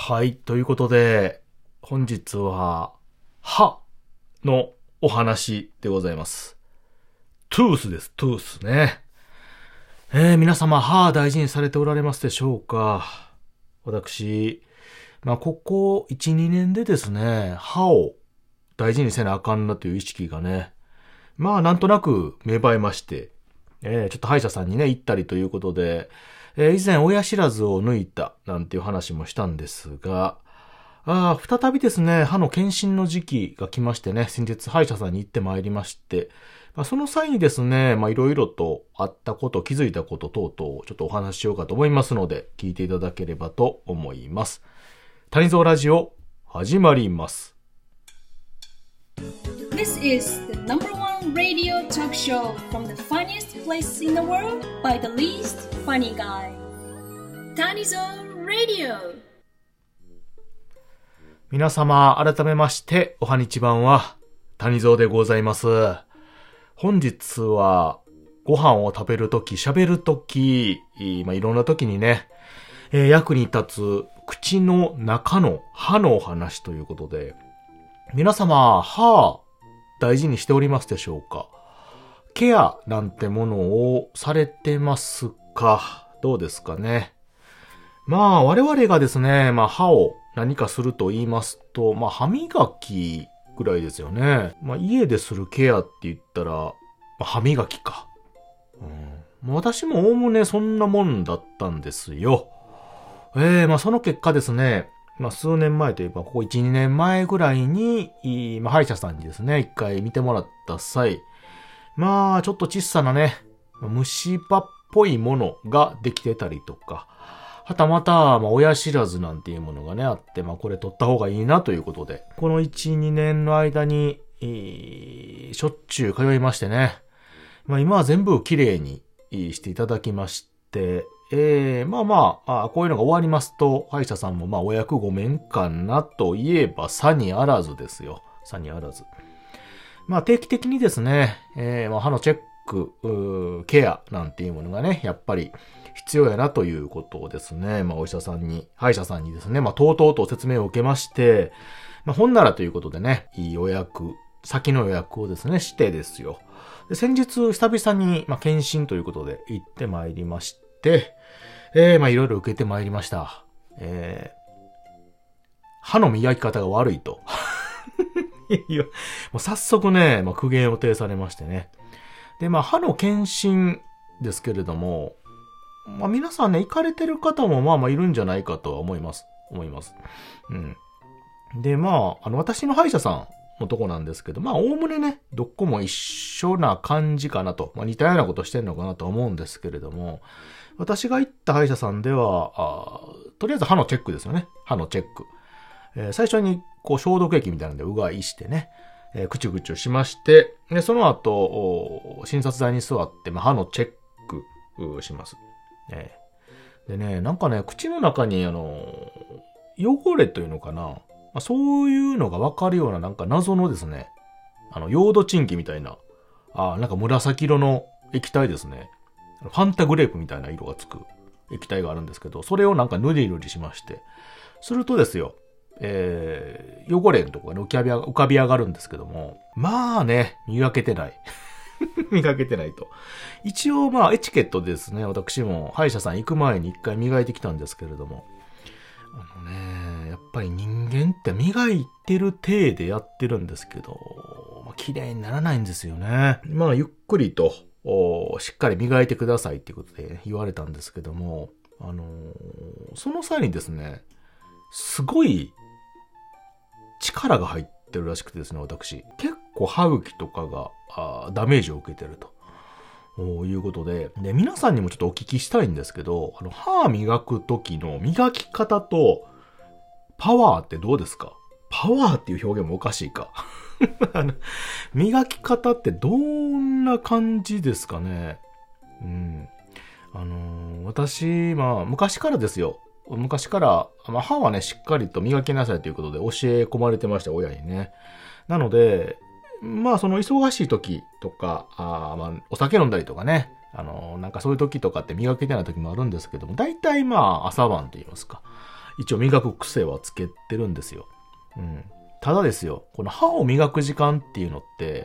はい、ということで、本日は、歯のお話でございます。トゥースです、トゥースね。皆様、歯大事にされておられますでしょうか。私、ここ1、2年でですね、歯を大事にせなあかんなという意識がね、なんとなく芽生えまして、ちょっと歯医者さんにね、行ったりということで、以前親知らずを抜いたなんていう話もしたんですが、再びですね、歯の検診の時期が来ましてね、先日歯医者さんに行ってまいりまして、その際にですね、いろいろとあったこと、気づいたこと等々をちょっとお話ししようかと思いますので、聞いていただければと思います。谷蔵ラジオ、始まります。 This is the number one radio talk show from the funniest place in the world by the least funny guy. Tanizone Radio. 皆様、改めまして、おはにちばんは、谷蔵でございます。本日は、ご飯を食べるとき、喋るとき、いろんなときにね、役に立つ口の中の歯のお話ということで、皆様、歯、大事にしておりますでしょうか？ケアなんてものをされてますか？どうですかね？我々がですね、歯を何かすると言いますと、歯磨きぐらいですよね。家でするケアって言ったら、歯磨きか。私もおおむねそんなもんだったんですよ。その結果ですね、数年前といえば、ここ1、2年前ぐらいに、歯医者さんにですね、一回見てもらった際、ちょっと小さなね、虫歯っぽいものができてたりとか、はたまた、親知らずなんていうものがね、あって、これ取った方がいいなということで、この1、2年の間に、しょっちゅう通いましてね、今は全部きれいにしていただきまして、こういうのが終わりますと、歯医者さんもお役御免かなといえば、さにあらずですよ。さにあらず。定期的にですね、歯のチェック、ケアなんていうものがね、やっぱり必要やなということをですね、歯医者さんにですね、とうとうと説明を受けまして、本ならということでね、先の予約をですね、してですよ。で先日、久々に、検診ということで行ってまいりまして、いろいろ受けてまいりました。歯の磨き方が悪いと。いや、もう早速ね、苦言を呈されましてね。で、歯の検診ですけれども、皆さんね、行かれてる方もいるんじゃないかとは思います。で、私の歯医者さんのとこなんですけど、おおむねね、どっこも一緒な感じかなと、似たようなことしてんのかなと思うんですけれども、私が行った歯医者さんでは、とりあえず歯のチェックですよね。歯のチェック。最初に消毒液みたいなのでうがいしてね、くちゅくちゅしまして、でその後、診察台に座って、歯のチェックします。でね、口の中に汚れというのかな、そういうのがわかるような謎のですね、ヨードチンキみたいな、紫色の液体ですね。ファンタグレープみたいな色がつく液体があるんですけど、それをぬりぬりしまして、するとですよ、汚れのところが浮かび上がるんですけども、磨けてない。磨けてないと。一応エチケットですね、私も歯医者さん行く前に一回磨いてきたんですけれども、やっぱり人間って磨いてる体でやってるんですけど、綺麗にならないんですよね。ゆっくりと、しっかり磨いてくださいっていうことで言われたんですけども、その際にですね、すごい力が入ってるらしくてですね、私。結構歯茎とかがダメージを受けてるということで、皆さんにもちょっとお聞きしたいんですけど、歯磨く時の磨き方とパワーってどうですか？パワーっていう表現もおかしいか。磨き方ってどんな感じですかね。私、昔からですよ。昔から、歯はね、しっかりと磨きなさいということで教え込まれてました、親にね。なので、その忙しい時とか、お酒飲んだりとかね、そういう時とかって磨けてない時もあるんですけども、大体朝晩と言いますか、 一応磨く癖はつけてるんですよ。うん。ただですよ、この歯を磨く時間っていうのって、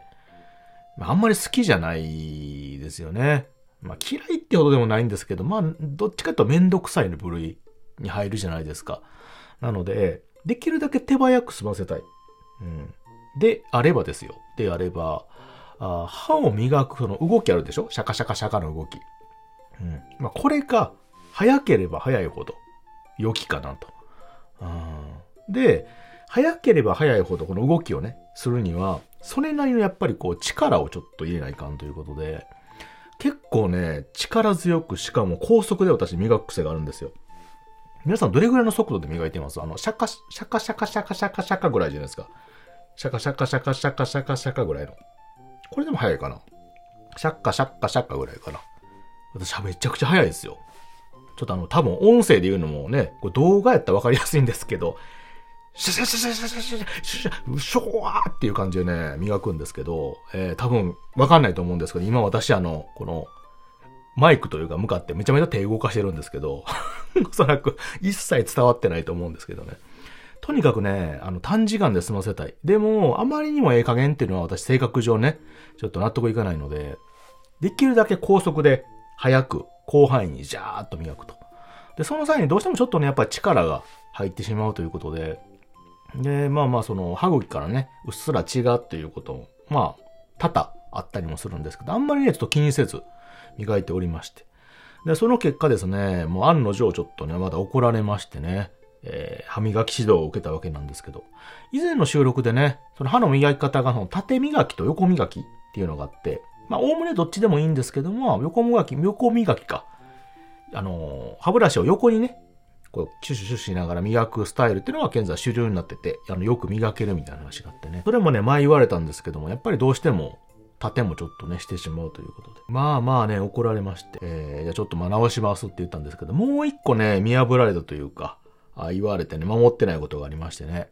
あんまり好きじゃないですよね。まあ嫌いってほどでもないんですけど、まあどっちかというとめんどくさいの部類に入るじゃないですか。なので、できるだけ手早く済ませたい。うん。であればですよ。であれば、歯を磨くその動きあるでしょ？シャカシャカシャカの動き。うん。まあこれが早ければ早いほど良きかなと。で、早ければ早いほどこの動きをね、するには、それなりのやっぱりこう力をちょっと入れないかんということで、結構ね、力強くしかも高速で私磨く癖があるんですよ。皆さんどれぐらいの速度で磨いてます？シャカシャカシャカシャカシャカシャカぐらいじゃないですか。シャカシャカシャカシャカシャカシャカぐらいの。これでも早いかな。シャッカシャッカシャッカぐらいかな。私めちゃくちゃ早いですよ。ちょっと多分音声で言うのもね、これ動画やったらわかりやすいんですけど、シャシャシャシャシャシャシャシャシャシャショワーっていう感じでね、磨くんですけど、多分わかんないと思うんですけど、今私この、マイクというか向かってめちゃめちゃ手動かしてるんですけど、おそらく一切伝わってないと思うんですけどね。とにかくね、短時間で済ませたい。でも、あまりにもええ加減っていうのは私性格上ね、ちょっと納得いかないので、できるだけ高速で早く、広範囲にジャーっと磨くと。で、その際にどうしてもちょっとね、やっぱり力が入ってしまうということで、で、まあその歯茎からね、うっすら血がっていうことも、まあ、多々あったりもするんですけど、あんまりね、ちょっと気にせず磨いておりまして。で、その結果ですね、もう案の定ちょっとね、まだ怒られましてね、歯磨き指導を受けたわけなんですけど、以前の収録でね、その歯の磨き方が縦磨きと横磨きっていうのがあって、まあ、おおむねどっちでもいいんですけども、横磨きか。歯ブラシを横にね、こう、シュシュシュしながら磨くスタイルっていうのが現在主流になってて、よく磨けるみたいな話があってね。それもね、前言われたんですけども、やっぱりどうしても、縦もちょっとね、してしまうということで。まあね、怒られまして、じゃあちょっと直しますって言ったんですけど、もう一個ね、見破られたというか、言われてね、守ってないことがありましてね。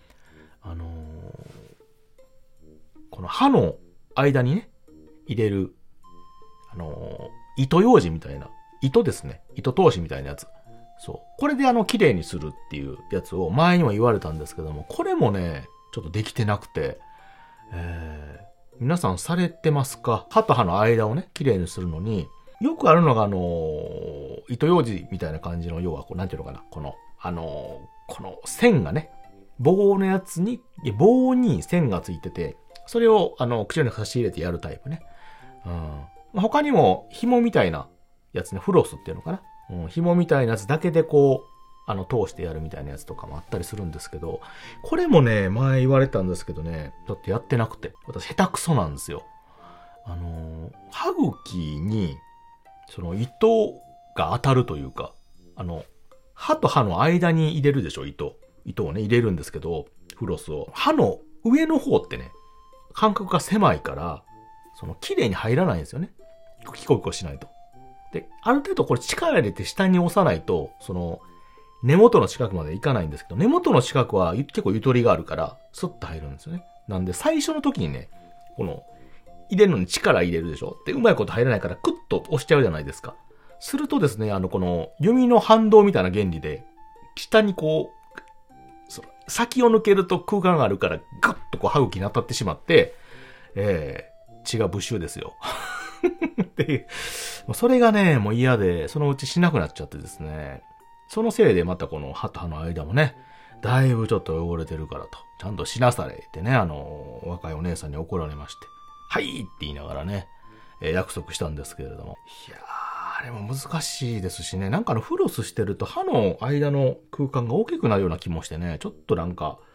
この歯の間にね、入れる、糸ようじみたいな、糸ですね。糸通しみたいなやつ。そう。これで綺麗にするっていうやつを前にも言われたんですけども、これもね、ちょっとできてなくて、皆さんされてますか？歯と歯の間をね、綺麗にするのに、よくあるのが糸ようじみたいな感じの、要はこう、なんていうのかな、この線がね、棒のやつに、棒に線がついてて、それを口に差し入れてやるタイプね。他にも紐みたいなやつね、フロスっていうのかな。紐みたいなやつだけでこう、通してやるみたいなやつとかもあったりするんですけど、これもね、前言われたんですけどね、ちょっとやってなくて、私下手くそなんですよ。歯茎に、その糸が当たるというか、歯と歯の間に入れるでしょ、糸をね、入れるんですけど、フロスを。歯の上の方ってね、間隔が狭いから、綺麗に入らないんですよね。キコキコしないと。で、ある程度これ力入れて下に押さないと、根元の近くまでいかないんですけど、根元の近くは結構ゆとりがあるから、スッと入るんですよね。なんで最初の時にね、入れるのに力入れるでしょ。で、うまいこと入らないからクッと押しちゃうじゃないですか。するとですね、この弓の反動みたいな原理で、下にこう、先を抜けると空間があるから、グッとこう歯茎に当たってしまって、血がブシュですよ。っていう。それがね、もう嫌で、そのうちしなくなっちゃってですね。そのせいでまたこの歯と歯の間もね、だいぶちょっと汚れてるからと。ちゃんとしなされってね、若いお姉さんに怒られまして。はいって言いながらね、約束したんですけれども。いやー、あれも難しいですしね。なんかフロスしてると歯の間の空間が大きくなるような気もしてね、ちょっとなんか、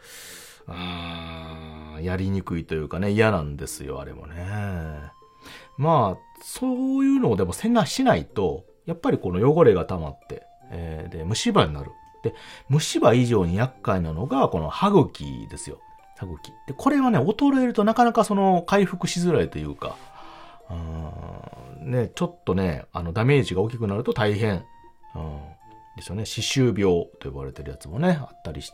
やりにくいというかね、嫌なんですよ、あれもね。まあ、そういうのをでもしないと、やっぱりこの汚れが溜まって、で、虫歯になる。で、虫歯以上に厄介なのが、この歯茎ですよ。歯茎。で、これはね、衰えるとなかなか回復しづらいというか、ね、ちょっとね、ダメージが大きくなると大変、ですよね。歯周病と呼ばれてるやつもね、あったりして。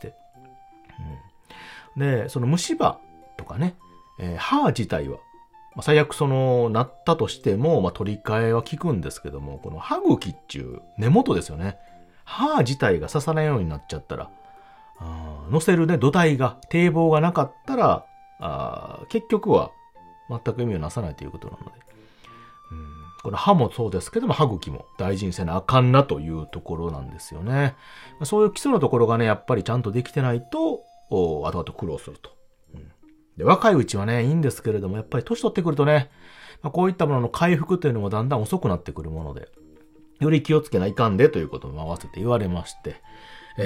で、虫歯とかね、歯自体は、最悪なったとしても、取り替えは効くんですけども、この歯茎っていう根元ですよね。 歯自体が刺さないようになっちゃったら、乗せるね、土台が、堤防がなかったら、結局は全く意味をなさないということなので、これ歯もそうですけども、歯茎も大事にせなあかんなというところなんですよね。そういう基礎のところがね、やっぱりちゃんとできてないと、後々苦労すると。で、若いうちはね、いいんですけれども、やっぱり年取ってくるとね、こういったものの回復というのもだんだん遅くなってくるもので、より気をつけないかんでということも合わせて言われまして、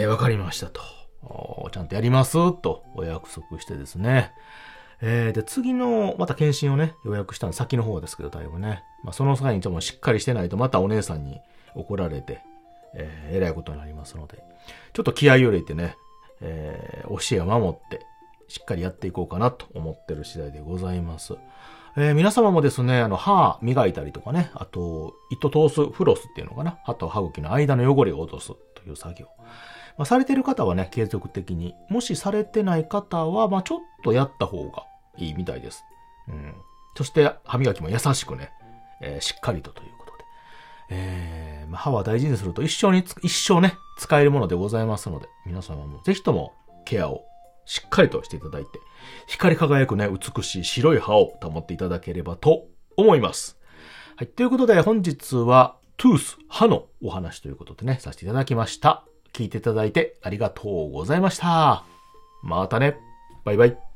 わかりましたと。ちゃんとやりますとお約束してですね。で、次の、また検診をね、予約したの先の方ですけど、だいぶね。その際にちょっとしっかりしてないと、またお姉さんに怒られて、えらいことになりますので、ちょっと気合を入れてね、教えを守って、しっかりやっていこうかなと思ってる次第でございます。皆様もですね、歯磨いたりとかね、あと、糸通すフロスっていうのかな、歯と歯茎の間の汚れを落とすという作業。されてる方はね、継続的に。もしされてない方は、ちょっとやった方がいいみたいです。そして、歯磨きも優しくね、しっかりということで。歯は大事にすると一生ね、使えるものでございますので、皆様もぜひともケアをしっかりとしていただいて、光り輝くね、美しい白い歯を保っていただければと思います。はい。ということで、本日は、トゥース、歯のお話ということでね、させていただきました。聞いていただいてありがとうございました。またね。バイバイ。